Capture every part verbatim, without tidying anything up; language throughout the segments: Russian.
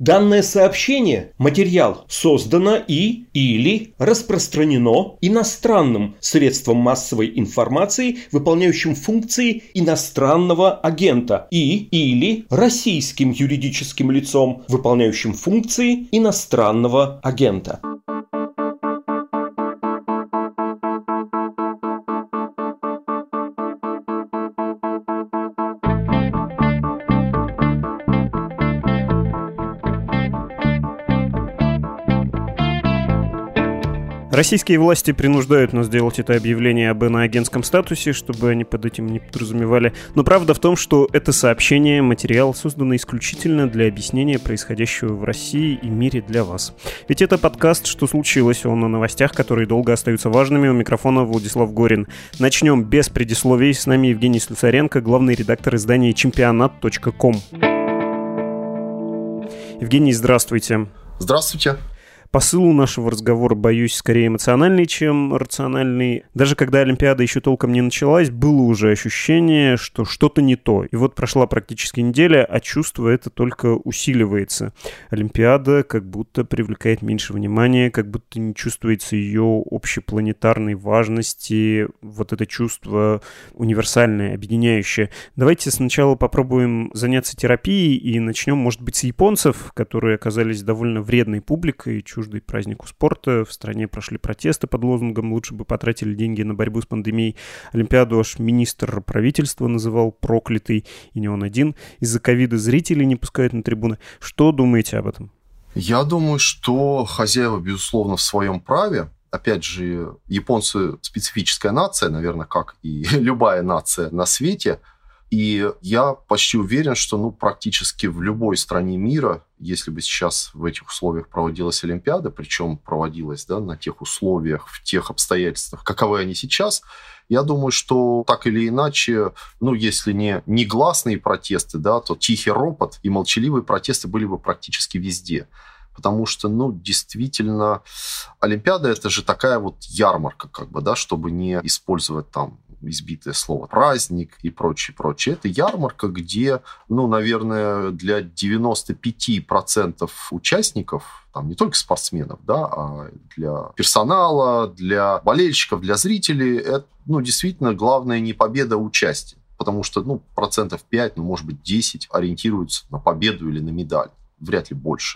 Данное сообщение, материал, создано и или распространено иностранным средством массовой информации, выполняющим функции иностранного агента, и или российским юридическим лицом, выполняющим функции иностранного агента. Российские власти принуждают нас делать это объявление об иноагентском статусе, чтобы они под этим не подразумевали. Но правда в том, что это сообщение, материал создано исключительно для объяснения происходящего в России и мире для вас. Ведь это подкаст «Что случилось?», он о новостях, которые долго остаются важными. У микрофона Владислав Горин. Начнем без предисловий. С нами Евгений Слюсаренко, главный редактор издания чемпионат точка ком. Евгений, здравствуйте. Здравствуйте. Посыл нашего разговора, боюсь, скорее эмоциональный, чем рациональный. Даже когда Олимпиада еще толком не началась, было уже ощущение, что что-то не то. И вот прошла практически неделя, а чувство это только усиливается. Олимпиада как будто привлекает меньше внимания, как будто не чувствуется ее общепланетарной важности, вот это чувство универсальное, объединяющее. Давайте сначала попробуем заняться терапией и начнем, может быть, с японцев, которые оказались довольно вредной публикой, чуждой празднику спорта. В стране прошли протесты под лозунгом «Лучше бы потратили деньги на борьбу с пандемией». Олимпиаду аж министр правительства называл проклятой, и не он один. Из-за ковида зрителей не пускают на трибуны. Что думаете об этом? Я думаю, что хозяева, безусловно, в своем праве. Опять же, японцы специфическая нация, наверное, как и любая нация на свете. И я почти уверен, что ну, практически в любой стране мира, если бы сейчас в этих условиях проводилась Олимпиада, причем проводилась да, на тех условиях, в тех обстоятельствах, каковы они сейчас, я думаю, что так или иначе, ну, если не негласные протесты, да, то тихий ропот и молчаливые протесты были бы практически везде. Потому что, ну, действительно, Олимпиада – это же такая вот ярмарка, как бы, да, чтобы не использовать там избитое слово праздник и прочее, прочее. Это ярмарка, где, ну, наверное, для девяноста пяти процентов участников, там не только спортсменов, да, а для персонала, для болельщиков, для зрителей, это, ну, действительно, главное не победа, а участие. Потому что, ну, процентов пять, ну, может быть, десять ориентируются на победу или на медаль. Вряд ли больше.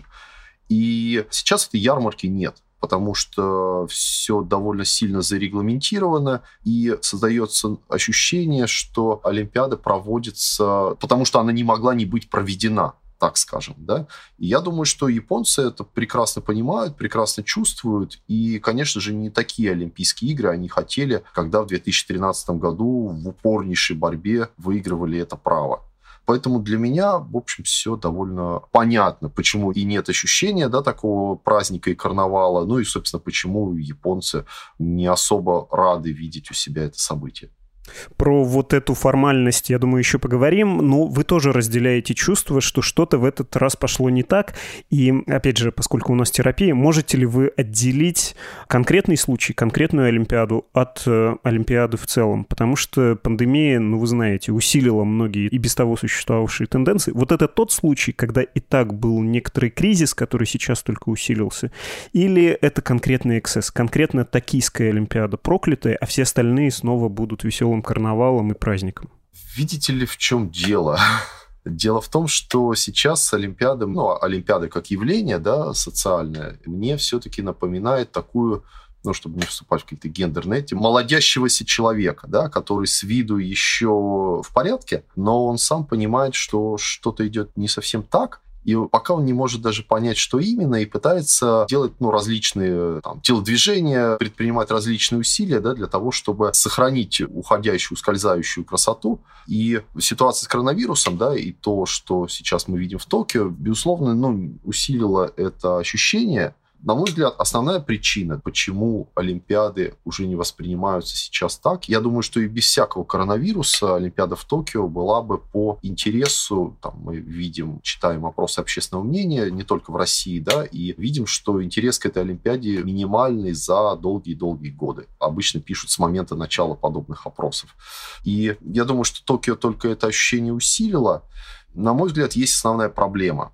И сейчас этой ярмарки нет, потому что все довольно сильно зарегламентировано, и создается ощущение, что Олимпиада проводится, потому что она не могла не быть проведена, так скажем. Да? И я думаю, что японцы это прекрасно понимают, прекрасно чувствуют, и, конечно же, не такие Олимпийские игры они хотели, когда в две тысячи тринадцатом году в упорнейшей борьбе выигрывали это право. Поэтому для меня, в общем, все довольно понятно, почему и нет ощущения да, такого праздника и карнавала, ну и, собственно, почему японцы не особо рады видеть у себя это событие. Про вот эту формальность, я думаю, еще поговорим, но вы тоже разделяете чувство, что что-то в этот раз пошло не так. И, опять же, поскольку у нас терапия, можете ли вы отделить конкретный случай, конкретную Олимпиаду от э, Олимпиады в целом? Потому что пандемия, ну, вы знаете, усилила многие и без того существовавшие тенденции. Вот это тот случай, когда и так был некоторый кризис, который сейчас только усилился, или это конкретный эксцесс, конкретно токийская Олимпиада проклятая, а все остальные снова будут веселым карнавалом и праздником? Видите ли, в чем дело? Дело в том, что сейчас Олимпиада, ну, Олимпиада как явление, да, социальное, мне все-таки напоминает такую, ну, чтобы не вступать в какие-то гендерные эти, молодящегося человека, да, который с виду еще в порядке, но он сам понимает, что что-то идет не совсем так, и пока он не может даже понять, что именно, и пытается делать ну, различные там, телодвижения, предпринимать различные усилия да, для того, чтобы сохранить уходящую, ускользающую красоту. И ситуация с коронавирусом, да, и то, что сейчас мы видим в Токио, безусловно, ну, усилило это ощущение. На мой взгляд, основная причина, почему Олимпиады уже не воспринимаются сейчас так, я думаю, что и без всякого коронавируса Олимпиада в Токио была бы по интересу, там, мы видим, читаем опросы общественного мнения, не только в России, да, и видим, что интерес к этой Олимпиаде минимальный за долгие-долгие годы. Обычно пишут с момента начала подобных опросов. И я думаю, что Токио только это ощущение усилило. На мой взгляд, есть основная проблема.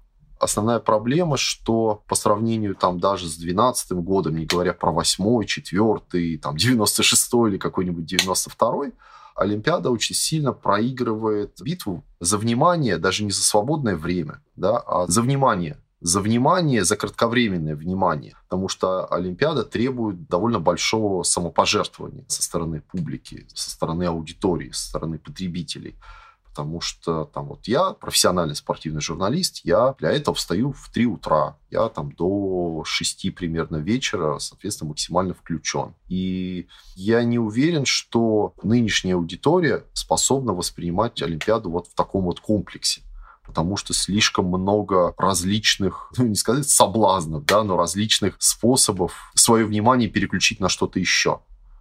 основная проблема, что по сравнению там даже с двенадцатым годом, не говоря про восьмой, четвертый, там девяносто шестой или какой-нибудь девяносто второй, Олимпиада очень сильно проигрывает битву за внимание, даже не за свободное время, да, а за внимание. За внимание, за кратковременное внимание. Потому что Олимпиада требует довольно большого самопожертвования со стороны публики, со стороны аудитории, со стороны потребителей. Потому что там вот я профессиональный спортивный журналист, я для этого встаю в три утра, я там до шести примерно вечера, соответственно, максимально включен. И я не уверен, что нынешняя аудитория способна воспринимать Олимпиаду вот в таком вот комплексе. Потому что слишком много различных, ну, не сказать соблазнов, да, но различных способов свое внимание переключить на что-то еще.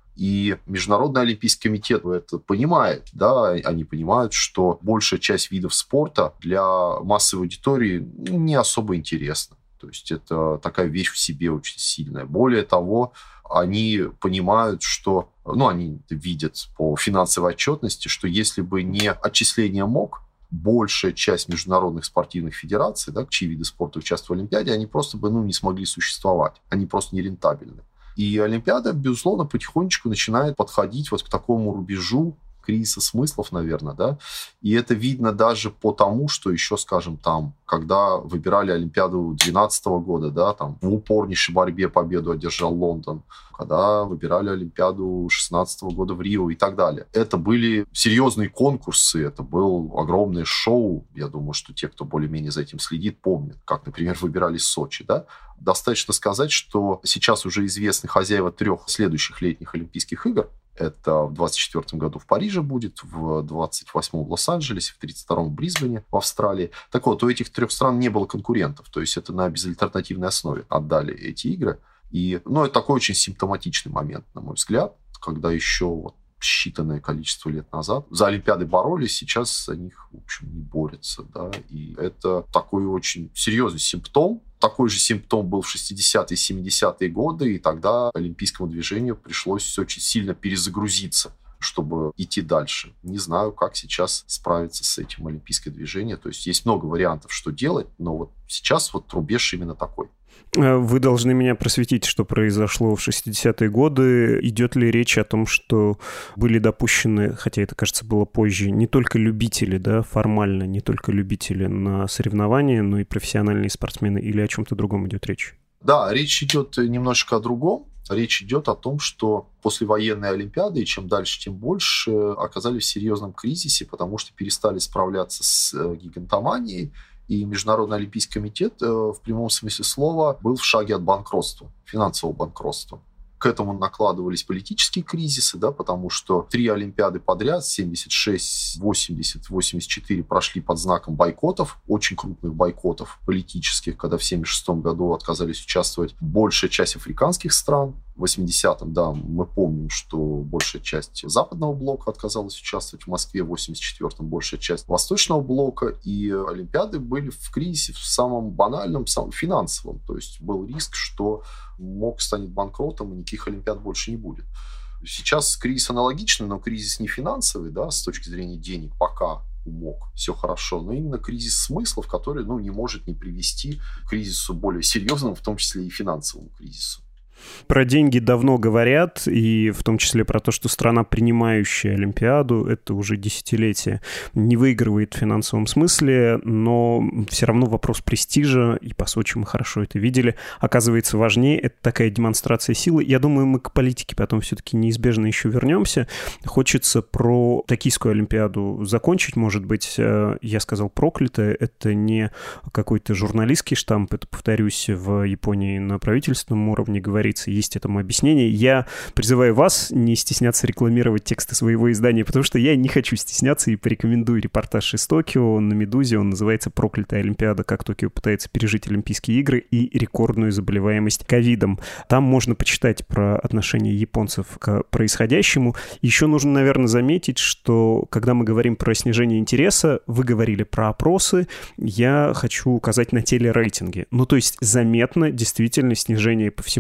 И Международный Олимпийский комитет это понимает, да, они понимают, что большая часть видов спорта для массовой аудитории не особо интересна. То есть это такая вещь в себе очень сильная. Более того, они понимают, что, ну, они видят по финансовой отчетности, что если бы не отчисление МОК, большая часть международных спортивных федераций, да, чьи виды спорта участвовали в Олимпиаде, они просто бы ну, не смогли существовать. Они просто не рентабельны. И Олимпиада, безусловно, потихонечку начинает подходить вот к такому рубежу кризиса смыслов, наверное, да. И это видно даже по тому, что еще, скажем, там, когда выбирали Олимпиаду две тысячи двенадцатого года, да, там, в упорнейшей борьбе победу одержал Лондон, когда выбирали Олимпиаду две тысячи шестнадцатого года в Рио и так далее. Это были серьезные конкурсы, это был огромное шоу. Я думаю, что те, кто более-менее за этим следит, помнят, как, например, выбирали Сочи, да. Достаточно сказать, что сейчас уже известны хозяева трех следующих летних Олимпийских игр. Это в двадцать четвёртом году в Париже будет, в двадцать восьмом в Лос-Анджелесе, в тридцать втором в Брисбене, в Австралии. Так вот, у этих трех стран не было конкурентов, то есть это на безальтернативной основе отдали эти игры. И, ну, это такой очень симптоматичный момент, на мой взгляд, когда еще вот считанное количество лет назад за Олимпиады боролись, сейчас за них, в общем, не борются. Да? И это такой очень серьезный симптом. Такой же симптом был в шестидесятые и семидесятые годы, и тогда олимпийскому движению пришлось очень сильно перезагрузиться, чтобы идти дальше. Не знаю, как сейчас справиться с этим олимпийское движение. То есть есть много вариантов, что делать, но вот сейчас вот рубеж именно такой. Вы должны меня просветить, что произошло в шестидесятые годы. Идет ли речь о том, что были допущены, хотя это, кажется, было позже, не только любители, да, формально, не только любители на соревнования, но и профессиональные спортсмены, или о чем-то другом идет речь? Да, речь идет немножко о другом. Речь идет о том, что послевоенные Олимпиады, и чем дальше, тем больше, оказались в серьезном кризисе, потому что перестали справляться с гигантоманией, и Международный Олимпийский комитет в прямом смысле слова был в шаге от банкротства, финансового банкротства. К этому накладывались политические кризисы, да, потому что три Олимпиады подряд, семьдесят шесть, восемьдесят, восемьдесят четыре, прошли под знаком бойкотов, очень крупных бойкотов политических, когда в семьдесят шестом году отказались участвовать большая часть африканских стран. В восьмидесятом, да, мы помним, что большая часть западного блока отказалась участвовать в Москве, в восемьдесят четвёртом большая часть восточного блока, и Олимпиады были в кризисе в самом банальном, самом финансовом. То есть был риск, что МОК станет банкротом, и никаких Олимпиад больше не будет. Сейчас кризис аналогичный, но кризис не финансовый, да, с точки зрения денег, пока у МОК все хорошо, но именно кризис смыслов, который, ну, не может не привести к кризису более серьезному, в том числе и финансовому кризису. Про деньги давно говорят, и в том числе про то, что страна, принимающая Олимпиаду, это уже десятилетие, не выигрывает в финансовом смысле, но все равно вопрос престижа, и по Сочи мы хорошо это видели, оказывается важнее. Это такая демонстрация силы. Я думаю, мы к политике потом все-таки неизбежно еще вернемся. Хочется про Токийскую Олимпиаду закончить, может быть, я сказал проклятое, это не какой-то журналистский штамп, это, повторюсь, в Японии на правительственном уровне говорится, есть этому объяснение. Я призываю вас не стесняться рекламировать тексты своего издания, потому что я не хочу стесняться и порекомендую репортаж из Токио на «Медузе». Он называется «Проклятая Олимпиада. Как Токио пытается пережить Олимпийские игры и рекордную заболеваемость ковидом». Там можно почитать про отношение японцев к происходящему. Еще нужно, наверное, заметить, что когда мы говорим про снижение интереса, вы говорили про опросы, я хочу указать на телерейтинги. Ну, то есть заметно действительно снижение по всему миру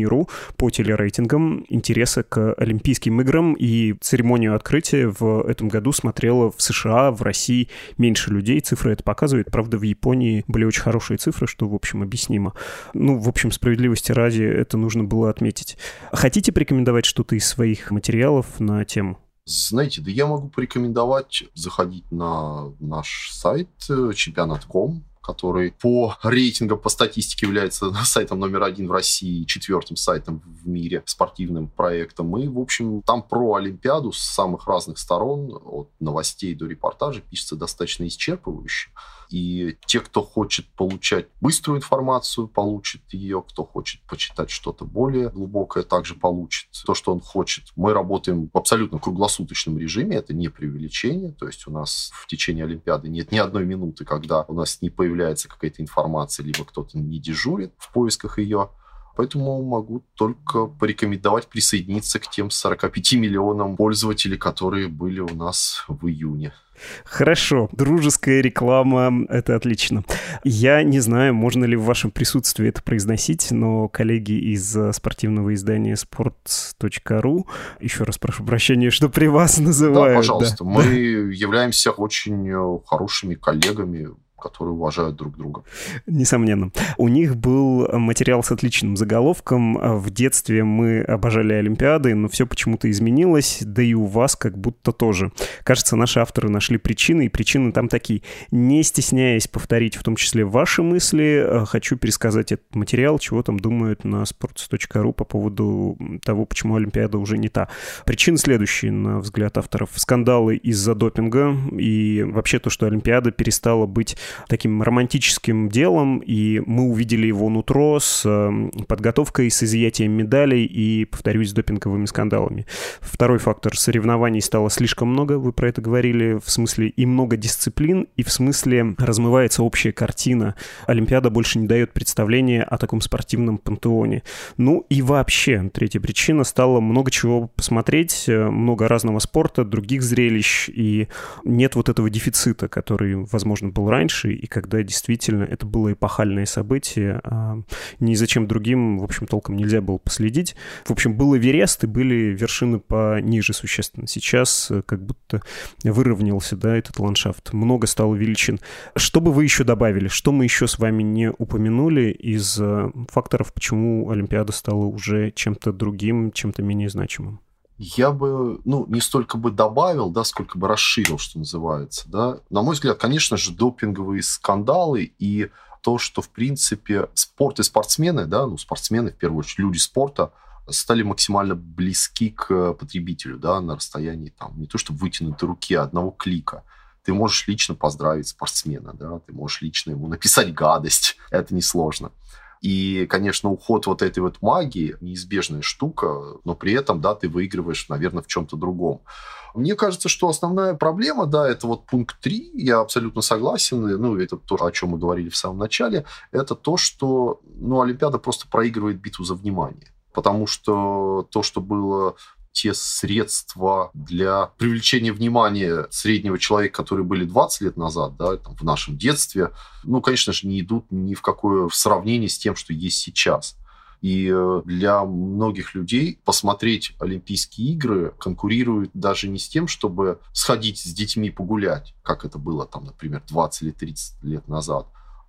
миру по телерейтингам интереса к Олимпийским играм, и церемонию открытия в этом году смотрело в США, в России меньше людей. Цифры это показывают. Правда, в Японии были очень хорошие цифры, что, в общем, объяснимо. Ну, в общем, справедливости ради это нужно было отметить. Хотите порекомендовать что-то из своих материалов на тему? Знаете, да я могу порекомендовать заходить на наш сайт чемпионат точка ком, который по рейтингам, по статистике является сайтом номер один в России, четвертым сайтом в мире, спортивным проектом. И, в общем, там про Олимпиаду с самых разных сторон, от новостей до репортажей, пишется достаточно исчерпывающе. И те, кто хочет получать быструю информацию, получит ее. Кто хочет почитать что-то более глубокое, также получит то, что он хочет. Мы работаем в абсолютно круглосуточном режиме, это не преувеличение. То есть у нас в течение Олимпиады нет ни одной минуты, когда у нас не появляется какая-то информация, либо кто-то не дежурит в поисках ее. Поэтому могу только порекомендовать присоединиться к тем сорока пяти миллионам пользователей, которые были у нас в июне. Хорошо, дружеская реклама, это отлично. Я не знаю, можно ли в вашем присутствии это произносить, но коллеги из спортивного издания спортс точка ру, еще раз прошу прощения, что при вас называют. Да, пожалуйста, да. мы являемся очень хорошими коллегами, которые уважают друг друга. Несомненно. У них был материал с отличным заголовком. В детстве мы обожали Олимпиады, но все почему-то изменилось, да и у вас как будто тоже. Кажется, наши авторы нашли причины, и причины там такие. Не стесняясь повторить в том числе ваши мысли, хочу пересказать этот материал, чего там думают на спортс точка ру по поводу того, почему Олимпиада уже не та. Причины следующие, на взгляд авторов. Скандалы из-за допинга и вообще то, что Олимпиада перестала быть таким романтическим делом, и мы увидели его нутро с подготовкой, с изъятием медалей и, повторюсь, с допинговыми скандалами. Второй фактор — соревнований стало слишком много, вы про это говорили, в смысле и много дисциплин, и в смысле размывается общая картина. Олимпиада больше не дает представления о таком спортивном пантеоне. Ну и вообще, третья причина — стало много чего посмотреть, много разного спорта, других зрелищ, и нет вот этого дефицита, который, возможно, был раньше, и когда действительно это было эпохальное событие, а ни за чем другим, в общем, толком нельзя было последить. В общем, был Эверест и были вершины пониже существенно. Сейчас как будто выровнялся, да, этот ландшафт. Много стало величин. Что бы вы еще добавили? Что мы еще с вами не упомянули из факторов, почему Олимпиада стала уже чем-то другим, чем-то менее значимым? Я бы, ну, не столько бы добавил, да, сколько бы расширил, что называется, да. На мой взгляд, конечно же, допинговые скандалы и то, что, в принципе, спорт и спортсмены, да, ну, спортсмены, в первую очередь, люди спорта, стали максимально близки к потребителю, да, на расстоянии, там, не то что вытянутой руки, а одного клика. Ты можешь лично поздравить спортсмена, да, ты можешь лично ему написать гадость, это несложно. И, конечно, уход вот этой вот магии – неизбежная штука, но при этом, да, ты выигрываешь, наверное, в чем-то другом. Мне кажется, что основная проблема, да, это вот пункт три, я абсолютно согласен, ну, это то, о чем мы говорили в самом начале, это то, что, ну, Олимпиада просто проигрывает битву за внимание. Потому что то, что было... те средства для привлечения внимания среднего человека, которые были двадцать лет назад, да, там, в нашем детстве, ну, конечно же, не идут ни в какое сравнение с тем, что есть сейчас. И для многих людей посмотреть Олимпийские игры конкурирует даже не с тем, чтобы сходить с детьми погулять, как это было, там, например, двадцать или тридцать лет назад,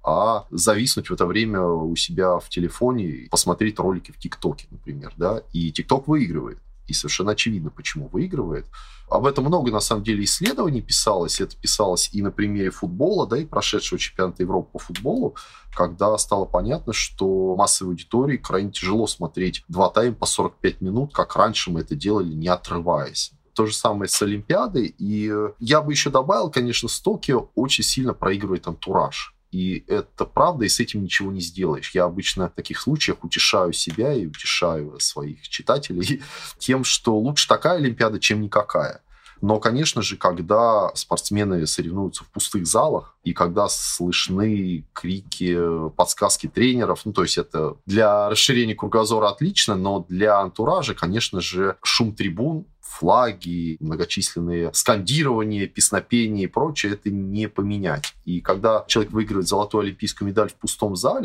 а зависнуть в это время у себя в телефоне и посмотреть ролики в ТикТоке, например, да, и ТикТок выигрывает. И совершенно очевидно, почему выигрывает. Об этом много, на самом деле, исследований писалось. Это писалось и на примере футбола, да, и прошедшего чемпионата Европы по футболу, когда стало понятно, что массовой аудитории крайне тяжело смотреть два тайма по сорок пять минут, как раньше мы это делали, не отрываясь. То же самое с Олимпиадой. И я бы еще добавил, конечно, с Токио очень сильно проигрывает антураж. И это правда, и с этим ничего не сделаешь. Я обычно в таких случаях утешаю себя и утешаю своих читателей тем, что лучше такая Олимпиада, чем никакая. Но, конечно же, когда спортсмены соревнуются в пустых залах, и когда слышны крики, подсказки тренеров, ну, то есть это для расширения кругозора отлично, но для антуража, конечно же, шум трибун, флаги, многочисленные скандирования, песнопения и прочее, это не поменять. И когда человек выигрывает золотую олимпийскую медаль в пустом зале,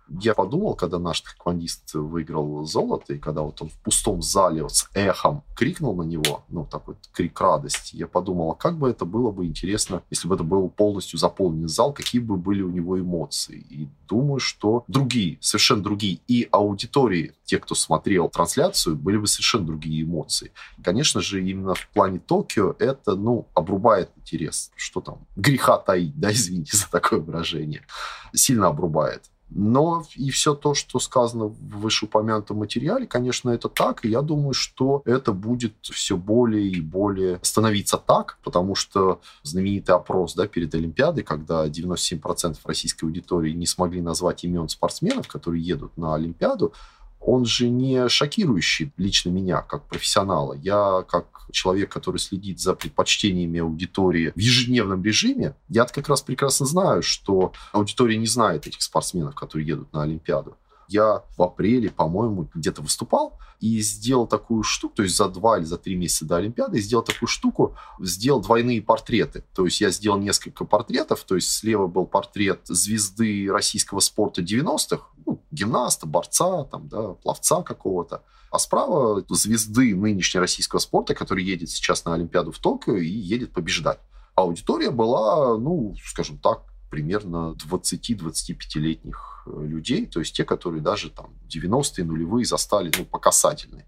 Я подумал, когда наш тэквондист выиграл золото, и когда вот он в пустом зале вот с эхом крикнул на него, ну, такой крик радости, я подумал, а как бы это было бы интересно, если бы это был полностью заполненный зал, какие бы были у него эмоции. И думаю, что другие, совершенно другие, и аудитории, те, кто смотрел трансляцию, были бы совершенно другие эмоции. И, конечно же, именно в плане Токио это, ну, обрубает интерес. Что там, греха таить, да, извините за такое выражение. Сильно обрубает. Но и все то, что сказано в вышеупомянутом материале, конечно, это так. И я думаю, что это будет все более и более становиться так, потому что знаменитый опрос, да, перед Олимпиадой, когда девяносто семь процентов российской аудитории не смогли назвать имен спортсменов, которые едут на Олимпиаду, он же не шокирующий лично меня, как профессионала. Я, как человек, который следит за предпочтениями аудитории в ежедневном режиме, я как раз прекрасно знаю, что аудитория не знает этих спортсменов, которые едут на Олимпиаду. Я в апреле, по-моему, где-то выступал и сделал такую штуку, то есть за два или за три месяца до Олимпиады, сделал такую штуку, сделал двойные портреты. То есть я сделал несколько портретов, то есть слева был портрет звезды российского спорта девяностых, ну, гимнаста, борца, там, да, пловца какого-то, а справа звезды нынешнего российского спорта, который едет сейчас на Олимпиаду в Токио и едет побеждать. Аудитория была, ну, скажем так, примерно двадцати-двадцатипятилетних людей, то есть те, которые даже там девяностые, нулевые застали, ну, по касательной.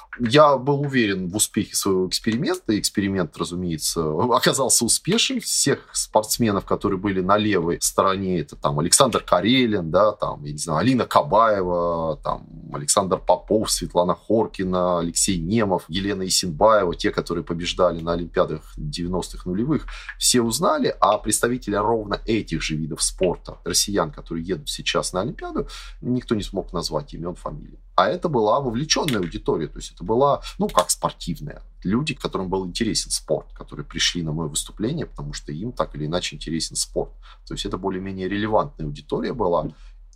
Я был уверен в успехе своего эксперимента. Эксперимент, разумеется, оказался успешен. Всех спортсменов, которые были на левой стороне, это там Александр Карелин, да, там, я не знаю, Алина Кабаева, там, Александр Попов, Светлана Хоркина, Алексей Немов, Елена Исенбаева, те, которые побеждали на Олимпиадах девяностых нулевых, все узнали, а представители ровно этих же видов спорта, россиян, которые едут сейчас на Олимпиаду, никто не смог назвать имен, фамилий. А это была вовлеченная аудитория, то есть это была, ну, как спортивная. Люди, которым был интересен спорт, которые пришли на мое выступление, потому что им так или иначе интересен спорт. То есть это более-менее релевантная аудитория была.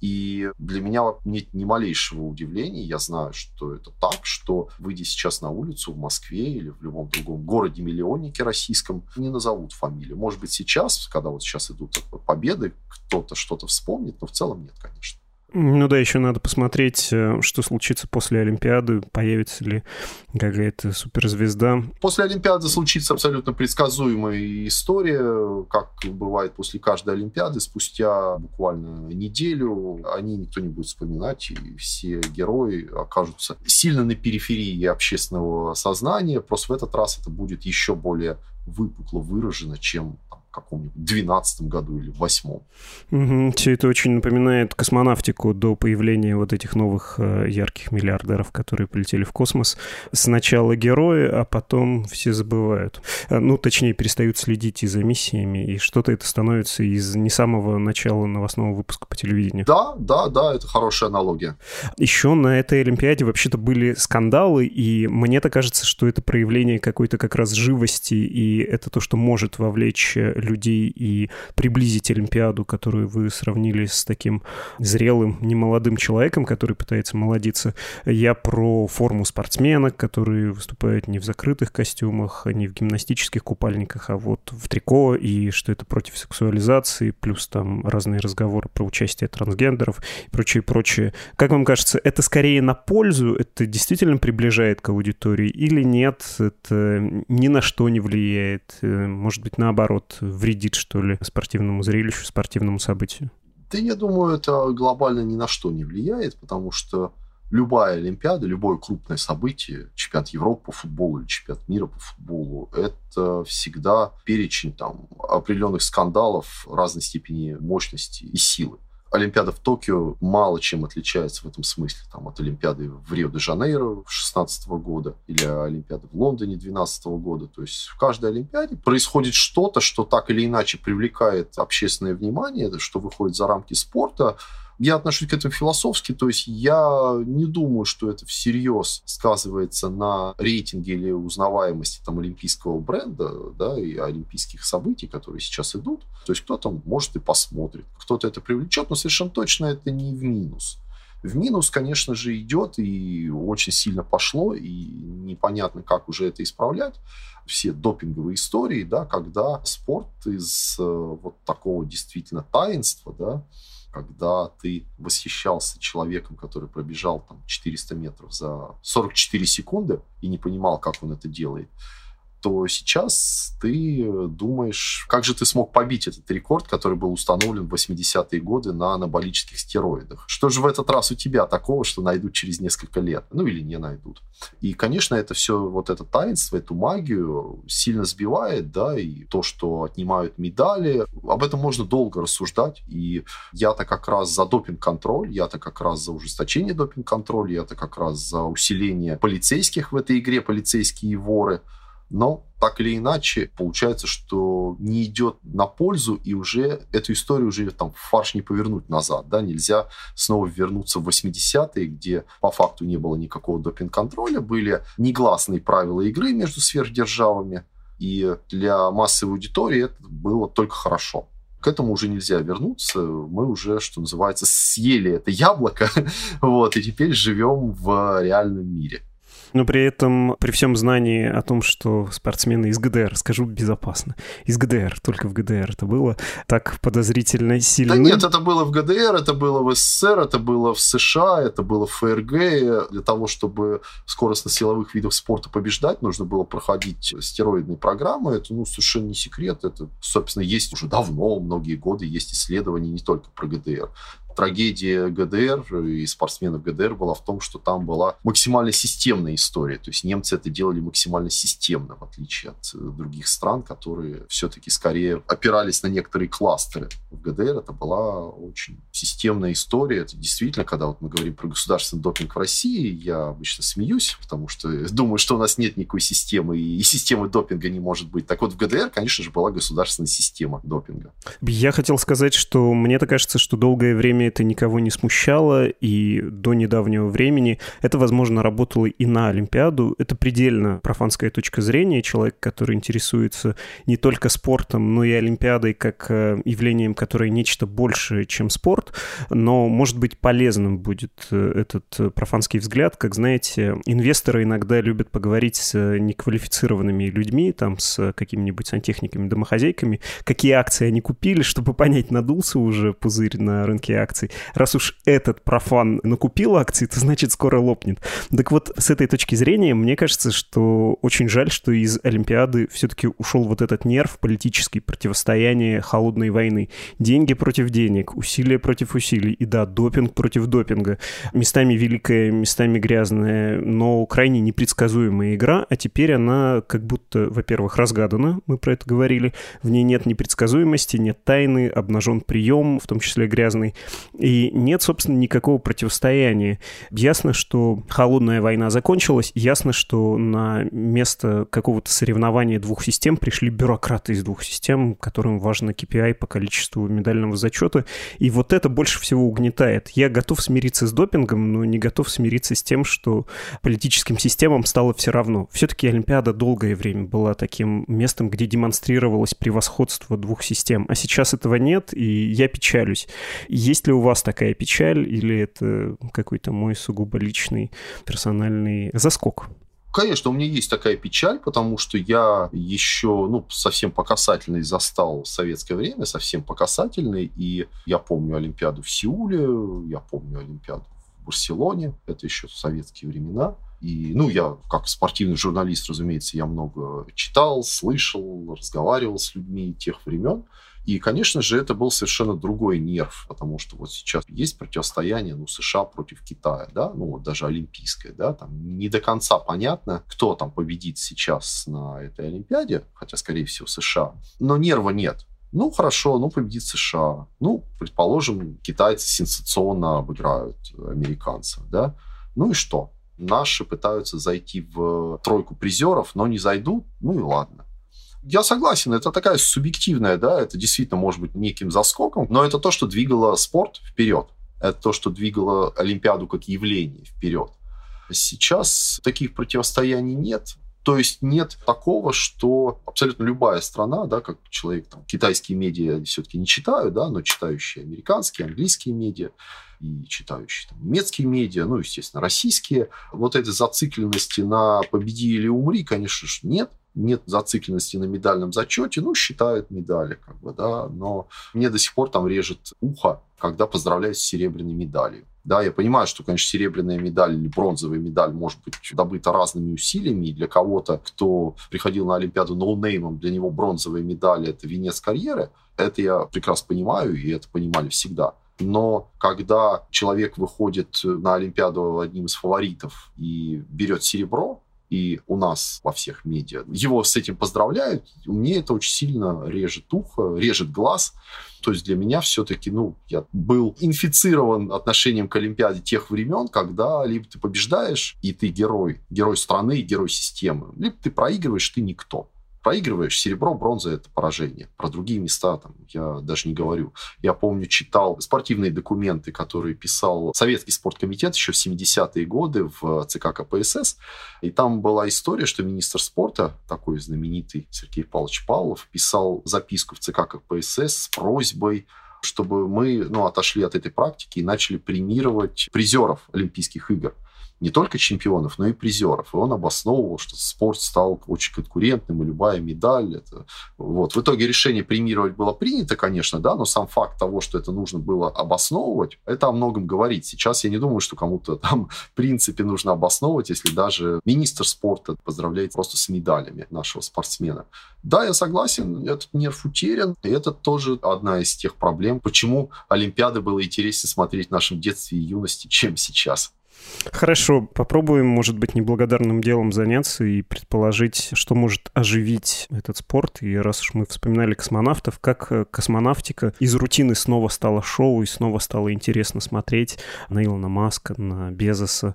И для меня нет ни малейшего удивления. Я знаю, что это так, что, выйдя сейчас на улицу в Москве или в любом другом городе-миллионнике российском, не назовут фамилию. Может быть, сейчас, когда вот сейчас идут победы, кто-то что-то вспомнит, но в целом нет, конечно. Ну да, еще надо посмотреть, что случится после Олимпиады, появится ли какая-то суперзвезда. После Олимпиады случится абсолютно предсказуемая история, как бывает после каждой Олимпиады. Спустя буквально неделю о ней никто не будет вспоминать, и все герои окажутся сильно на периферии общественного сознания. Просто в этот раз это будет еще более выпукло выражено, чем в каком-нибудь двенадцатом году или в восьмом. Угу. Все это очень напоминает космонавтику до появления вот этих новых э, ярких миллиардеров, которые полетели в космос. Сначала герои, а потом все забывают. Ну, точнее, перестают следить и за миссиями, и что-то это становится из не самого начала новостного выпуска по телевидению. Да, да, да, это хорошая аналогия. Еще на этой Олимпиаде вообще-то были скандалы, и мне-то кажется, что это проявление какой-то как раз живости, и это то, что может вовлечь людей и приблизить Олимпиаду, которую вы сравнили с таким зрелым, немолодым человеком, который пытается молодиться. Я про форму спортсменок, которые выступают не в закрытых костюмах, не в гимнастических купальниках, а вот в трико, и что это против сексуализации, плюс там разные разговоры про участие трансгендеров и прочее, прочее. Как вам кажется, это скорее на пользу, это действительно приближает к аудитории или нет? Это ни на что не влияет? Может быть, наоборот, вредит, что ли, спортивному зрелищу, спортивному событию? Да, я думаю, это глобально ни на что не влияет, потому что любая Олимпиада, любое крупное событие, чемпионат Европы по футболу или чемпионат мира по футболу, это всегда перечень там определенных скандалов разной степени мощности и силы. Олимпиада в Токио мало чем отличается в этом смысле там, от Олимпиады в Рио-де-Жанейро две тысячи шестнадцатого года или Олимпиады в Лондоне две тысячи двенадцатого года. То есть в каждой Олимпиаде происходит что-то, что так или иначе привлекает общественное внимание, что выходит за рамки спорта. Я отношусь к этому философски, то есть я не думаю, что это всерьез сказывается на рейтинге или узнаваемости там, олимпийского бренда, да, и олимпийских событий, которые сейчас идут. То есть кто-то, может, и посмотрит, кто-то это привлечет, но совершенно точно это не в минус. В минус, конечно же, идет, и очень сильно пошло, и непонятно, как уже это исправлять. Все допинговые истории, да, когда спорт из вот такого действительно таинства, да, когда ты восхищался человеком, который пробежал там четыреста метров за сорок четыре секунды и не понимал, как он это делает, то сейчас ты думаешь, как же ты смог побить этот рекорд, который был установлен в восьмидесятые годы на анаболических стероидах. Что же в этот раз у тебя такого, что найдут через несколько лет? Ну, или не найдут. И, конечно, это все, вот это таинство, эту магию сильно сбивает, да, и то, что отнимают медали, об этом можно долго рассуждать. И я-то как раз за допинг-контроль, я-то как раз за ужесточение допинг-контроля, я-то как раз за усиление полицейских в этой игре, полицейские воры. Но так или иначе, получается, что не идет на пользу, и уже эту историю уже там в фарш не повернуть назад. Да? Нельзя снова вернуться в восьмидесятые, где по факту не было никакого допинг-контроля, были негласные правила игры между сверхдержавами, и для массовой аудитории это было только хорошо. К этому уже нельзя вернуться. Мы уже, что называется, съели это яблоко, вот, и теперь живем в реальном мире. Но при этом, при всем знании о том, что спортсмены из ГДР, скажу безопасно, из ГДР, только в ГДР это было, так подозрительно сильно... Да нет, это было в ГДР, это было в СССР, это было в США, это было в ФРГ. Для того, чтобы в скоростно-силовых видах спорта побеждать, нужно было проходить стероидные программы. Это, ну, совершенно не секрет. Это, собственно, есть уже давно, многие годы, есть исследования не только про ГДР. Трагедия ГДР и спортсменов ГДР была в том, что там была максимально системная история. То есть немцы это делали максимально системно, в отличие от других стран, которые все-таки скорее опирались на некоторые кластеры. В ГДР это была очень системная история. Это действительно, когда вот мы говорим про государственный допинг в России, я обычно смеюсь, потому что думаю, что у нас нет никакой системы, и системы допинга не может быть. Так вот, в ГДР, конечно же, была государственная система допинга. Я хотел сказать, что мне-то кажется, что долгое время это никого не смущало, и до недавнего времени это, возможно, работало и на Олимпиаду. Это предельно профанская точка зрения. Человек, который интересуется не только спортом, но и Олимпиадой как явлением, которое нечто большее, чем спорт, но, может быть, полезным будет этот профанский взгляд. Как знаете, инвесторы иногда любят поговорить с неквалифицированными людьми, там, с какими-нибудь сантехниками, домохозяйками, какие акции они купили, чтобы понять, надулся уже пузырь на рынке акций. Раз уж этот профан накупил акции, то значит скоро лопнет. Так вот, с этой точки зрения, мне кажется, что очень жаль, что из Олимпиады все-таки ушел вот этот нерв политический, противостояние холодной войны. Деньги против денег, усилия против усилий. И да, допинг против допинга. Местами великая, местами грязная, но крайне непредсказуемая игра. А теперь она как будто, во-первых, разгадана, мы про это говорили. В ней нет непредсказуемости, нет тайны, обнажен прием, в том числе грязный. И нет, собственно, никакого противостояния. Ясно, что холодная война закончилась, ясно, что на место какого-то соревнования двух систем пришли бюрократы из двух систем, которым важно кей пи ай по количеству медального зачета. И вот это больше всего угнетает. Я готов смириться с допингом, но не готов смириться с тем, что политическим системам стало все равно. Все-таки Олимпиада долгое время была таким местом, где демонстрировалось превосходство двух систем. А сейчас этого нет, и я печалюсь. Есть ли у вас такая печаль, или это какой-то мой сугубо личный, персональный заскок? Конечно, у меня есть такая печаль, потому что я еще, ну, совсем по касательной застал советское время, совсем по касательной, и я помню Олимпиаду в Сеуле, я помню Олимпиаду в Барселоне, это еще советские времена. И, ну, я, как спортивный журналист, разумеется, я много читал, слышал, разговаривал с людьми тех времен. И, конечно же, это был совершенно другой нерв, потому что вот сейчас есть противостояние, ну, США против Китая, да, ну, вот даже олимпийское, да, там не до конца понятно, кто там победит сейчас на этой Олимпиаде, хотя, скорее всего, США, но нерва нет. Ну, хорошо, ну, победит США. Ну, предположим, китайцы сенсационно обыграют американцев, да, ну и что? Наши пытаются зайти в тройку призеров, но не зайдут, ну и ладно. Я согласен, это такая субъективная, да, это действительно может быть неким заскоком, но это то, что двигало спорт вперед. Это то, что двигало Олимпиаду как явление вперед. Сейчас таких противостояний нет. То есть нет такого, что абсолютно любая страна, да, как человек, там, китайские медиа все-таки не читаю, да, но читающие американские, английские медиа, и читающие там, немецкие медиа, ну, естественно, российские, вот этой зацикленности на «победи или умри», конечно же, нет. нет зацикленности на медальном зачете, ну, считают медали, как бы, да, но мне до сих пор там режет ухо, когда поздравляют с серебряной медалью. Да, я понимаю, что, конечно, серебряная медаль или бронзовая медаль может быть добыта разными усилиями, и для кого-то, кто приходил на Олимпиаду ноунеймом, для него бронзовая медаль – это венец карьеры. Это я прекрасно понимаю, и это понимали всегда. Но когда человек выходит на Олимпиаду одним из фаворитов и берет серебро, и у нас во всех медиа его с этим поздравляют, мне это очень сильно режет ухо, режет глаз. То есть для меня все-таки, ну, я был инфицирован отношением к Олимпиаде тех времен, когда либо ты побеждаешь, и ты герой, герой страны, герой системы, либо ты проигрываешь, ты никто. Проигрываешь, серебро, бронза – это поражение. Про другие места там я даже не говорю. Я помню, читал спортивные документы, которые писал Советский спорткомитет еще в семидесятые годы в ЦК КПСС. И там была история, что министр спорта, такой знаменитый Сергей Павлович Павлов, писал записку в ЦК КПСС с просьбой, чтобы мы, ну, отошли от этой практики и начали премировать призеров Олимпийских игр. Не только чемпионов, но и призеров. И он обосновывал, что спорт стал очень конкурентным, и любая медаль. Это... Вот. В итоге решение премировать было принято, конечно, да, но сам факт того, что это нужно было обосновывать, это о многом говорит. Сейчас я не думаю, что кому-то там в принципе нужно обосновывать, если даже министр спорта поздравляет просто с медалями нашего спортсмена. Да, я согласен, этот нерв утерян, и это тоже одна из тех проблем, почему Олимпиады было интереснее смотреть в нашем детстве и юности, чем сейчас. Хорошо, попробуем, может быть, неблагодарным делом заняться и предположить, что может оживить этот спорт. И раз уж мы вспоминали космонавтов, как космонавтика из рутины снова стала шоу и снова стало интересно смотреть на Илона Маска, на Безоса,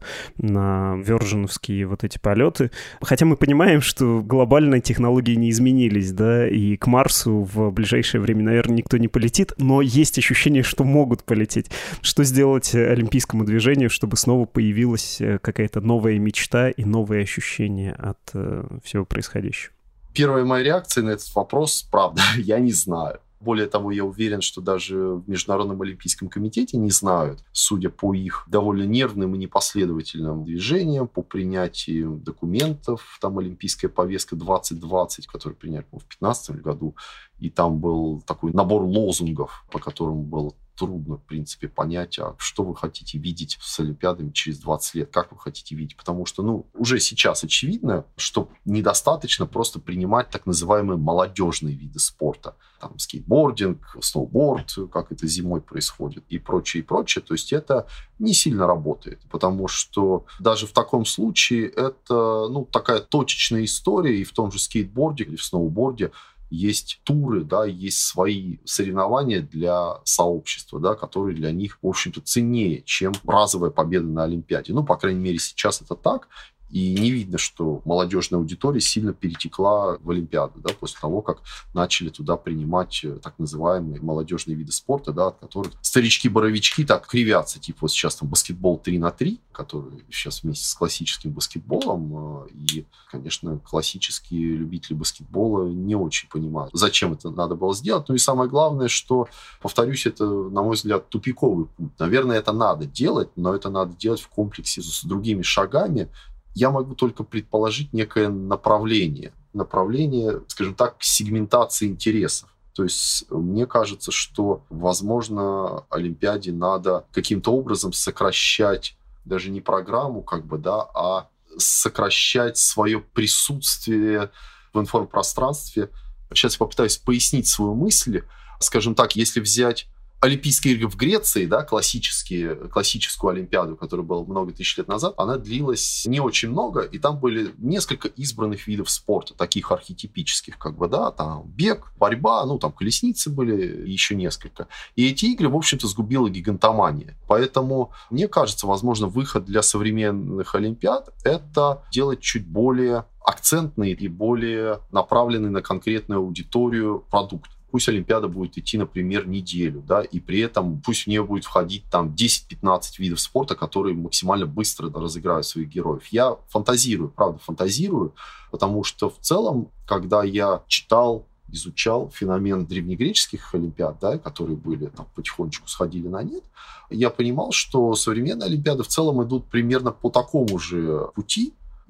на вёрджиновские вот эти полеты. Хотя мы понимаем, что глобально технологии не изменились, да, и к Марсу в ближайшее время, наверное, никто не полетит, но есть ощущение, что могут полететь. Что сделать олимпийскому движению, чтобы снова появилась какая-то новая мечта и новые ощущения от э, всего происходящего? Первая моя реакция на этот вопрос, правда, я не знаю. Более того, я уверен, что даже в Международном олимпийском комитете не знают, судя по их довольно нервным и непоследовательным движениям, по принятию документов, там олимпийская повестка двадцать двадцать, которую приняли, по-моему, в две тысячи пятнадцатом году, и там был такой набор лозунгов, по которым было трудно, в принципе, понять, а что вы хотите видеть с Олимпиадами через двадцать лет, как вы хотите видеть. Потому что, ну, уже сейчас очевидно, что недостаточно просто принимать так называемые молодежные виды спорта. Там скейтбординг, сноуборд, как это зимой происходит, и прочее, и прочее. То есть это не сильно работает, потому что даже в таком случае это, ну, такая точечная история, и в том же скейтборде или в сноуборде есть туры, да, есть свои соревнования для сообщества, да, которые для них, в общем-то, ценнее, чем разовая победа на Олимпиаде. Ну, по крайней мере, сейчас это так. И не видно, что молодежная аудитория сильно перетекла в Олимпиаду, да, после того, как начали туда принимать так называемые молодежные виды спорта, да, от которых старички-боровички так кривятся. Типа вот сейчас там баскетбол три на три, который сейчас вместе с классическим баскетболом. И, конечно, классические любители баскетбола не очень понимают, зачем это надо было сделать. Ну и самое главное, что, повторюсь, это, на мой взгляд, тупиковый путь. Наверное, это надо делать, но это надо делать в комплексе с другими шагами. Я могу только предположить некое направление. Направление, скажем так, сегментации интересов. То есть мне кажется, что, возможно, Олимпиаде надо каким-то образом сокращать даже не программу, как бы, да, а сокращать свое присутствие в информпространстве. Сейчас я попытаюсь пояснить свою мысль. Скажем так, если взять Олимпийские игры в Греции, да, классические, классическую Олимпиаду, которая была много тысяч лет назад, она длилась не очень много, и там были несколько избранных видов спорта, таких архетипических, как бы, да, там бег, борьба, ну, там колесницы были, и еще несколько. И эти игры, в общем-то, сгубила гигантомания. Поэтому, мне кажется, возможно, выход для современных Олимпиад – это делать чуть более акцентный и более направленный на конкретную аудиторию продукт. Пусть Олимпиада будет идти, например, неделю, да, и при этом пусть в нее будет входить там десять-пятнадцать видов спорта, которые максимально быстро, да, разыграют своих героев. Я фантазирую, правда, фантазирую, потому что в целом, когда я читал, изучал феномен древнегреческих Олимпиад, да, которые были там потихонечку сходили на нет, я понимал, что современные Олимпиады в целом идут примерно по такому же пути.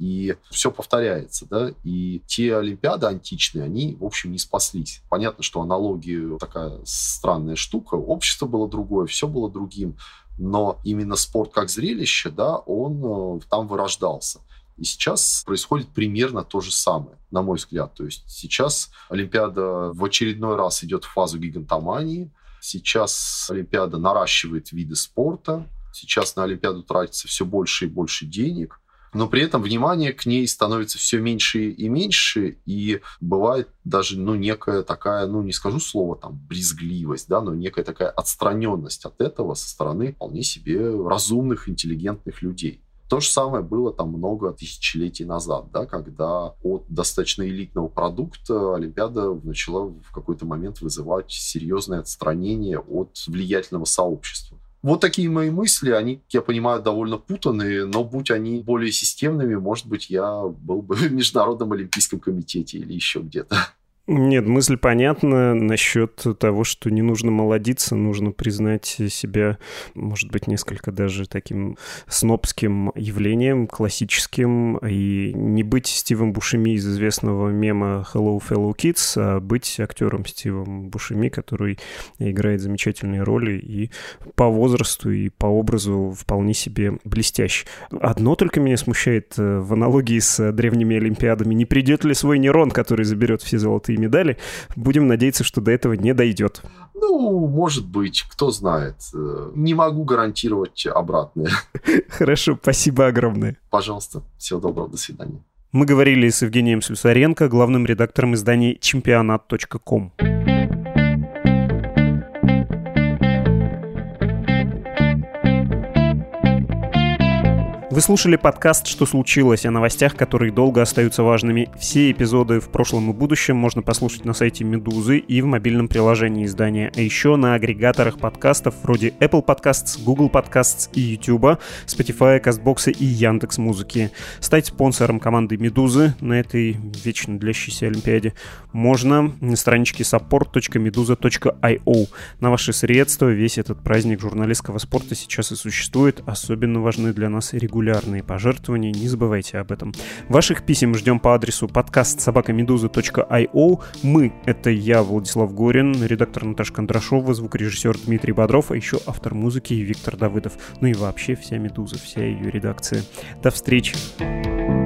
И все повторяется, да, и те Олимпиады античные, они, в общем, не спаслись. Понятно, что аналогия такая странная штука, общество было другое, все было другим, но именно спорт как зрелище, да, он там вырождался. И сейчас происходит примерно то же самое, на мой взгляд. То есть сейчас Олимпиада в очередной раз идет в фазу гигантомании, сейчас Олимпиада наращивает виды спорта, сейчас на Олимпиаду тратится все больше и больше денег, но при этом внимание к ней становится все меньше и меньше, и бывает даже, ну, некая такая, ну, не скажу слово, там, брезгливость, да, но некая такая отстраненность от этого со стороны вполне себе разумных, интеллигентных людей. То же самое было там много тысячелетий назад, да, когда от достаточно элитного продукта Олимпиада начала в какой-то момент вызывать серьезное отстранение от влиятельного сообщества. Вот такие мои мысли, они, я понимаю, довольно путанные, но будь они более системными, может быть, я был бы в Международном олимпийском комитете или еще где-то. Нет, мысль понятна насчет того, что не нужно молодиться, нужно признать себя, может быть, несколько даже таким снобским явлением, классическим, и не быть Стивом Бушеми из известного мема «Hello, fellow kids», а быть актером Стивом Бушеми, который играет замечательные роли и по возрасту, и по образу вполне себе блестящ. Одно только меня смущает в аналогии с древними Олимпиадами: не придет ли свой Нерон, который заберет все золотые медали. Будем надеяться, что до этого не дойдет. Ну, может быть, кто знает. Не могу гарантировать обратное. Хорошо, спасибо огромное. Пожалуйста, всего доброго, до свидания. Мы говорили с Евгением Слюсаренко, главным редактором издания чемпионат точка ком. Вы слушали подкаст «Что случилось?» о новостях, которые долго остаются важными. Все эпизоды в прошлом и будущем можно послушать на сайте «Медузы» и в мобильном приложении издания. А еще на агрегаторах подкастов вроде Apple Podcasts, Google Podcasts и YouTube, Spotify, CastBox и Яндекс.Музыки. Стать спонсором команды «Медузы» на этой вечно длящейся Олимпиаде можно на страничке support точка meduza точка io. На ваши средства весь этот праздник журналистского спорта сейчас и существует. Особенно важны для нас регулярные Регулярные пожертвования, не забывайте об этом. Ваших писем ждем по адресу подкаст собака медуза точка io. Мы — это я, Владислав Горин, редактор Наташа Кондрашова, звукорежиссер Дмитрий Бодров, а еще автор музыки Виктор Давыдов. Ну и вообще вся «Медуза», вся ее редакция. До встречи!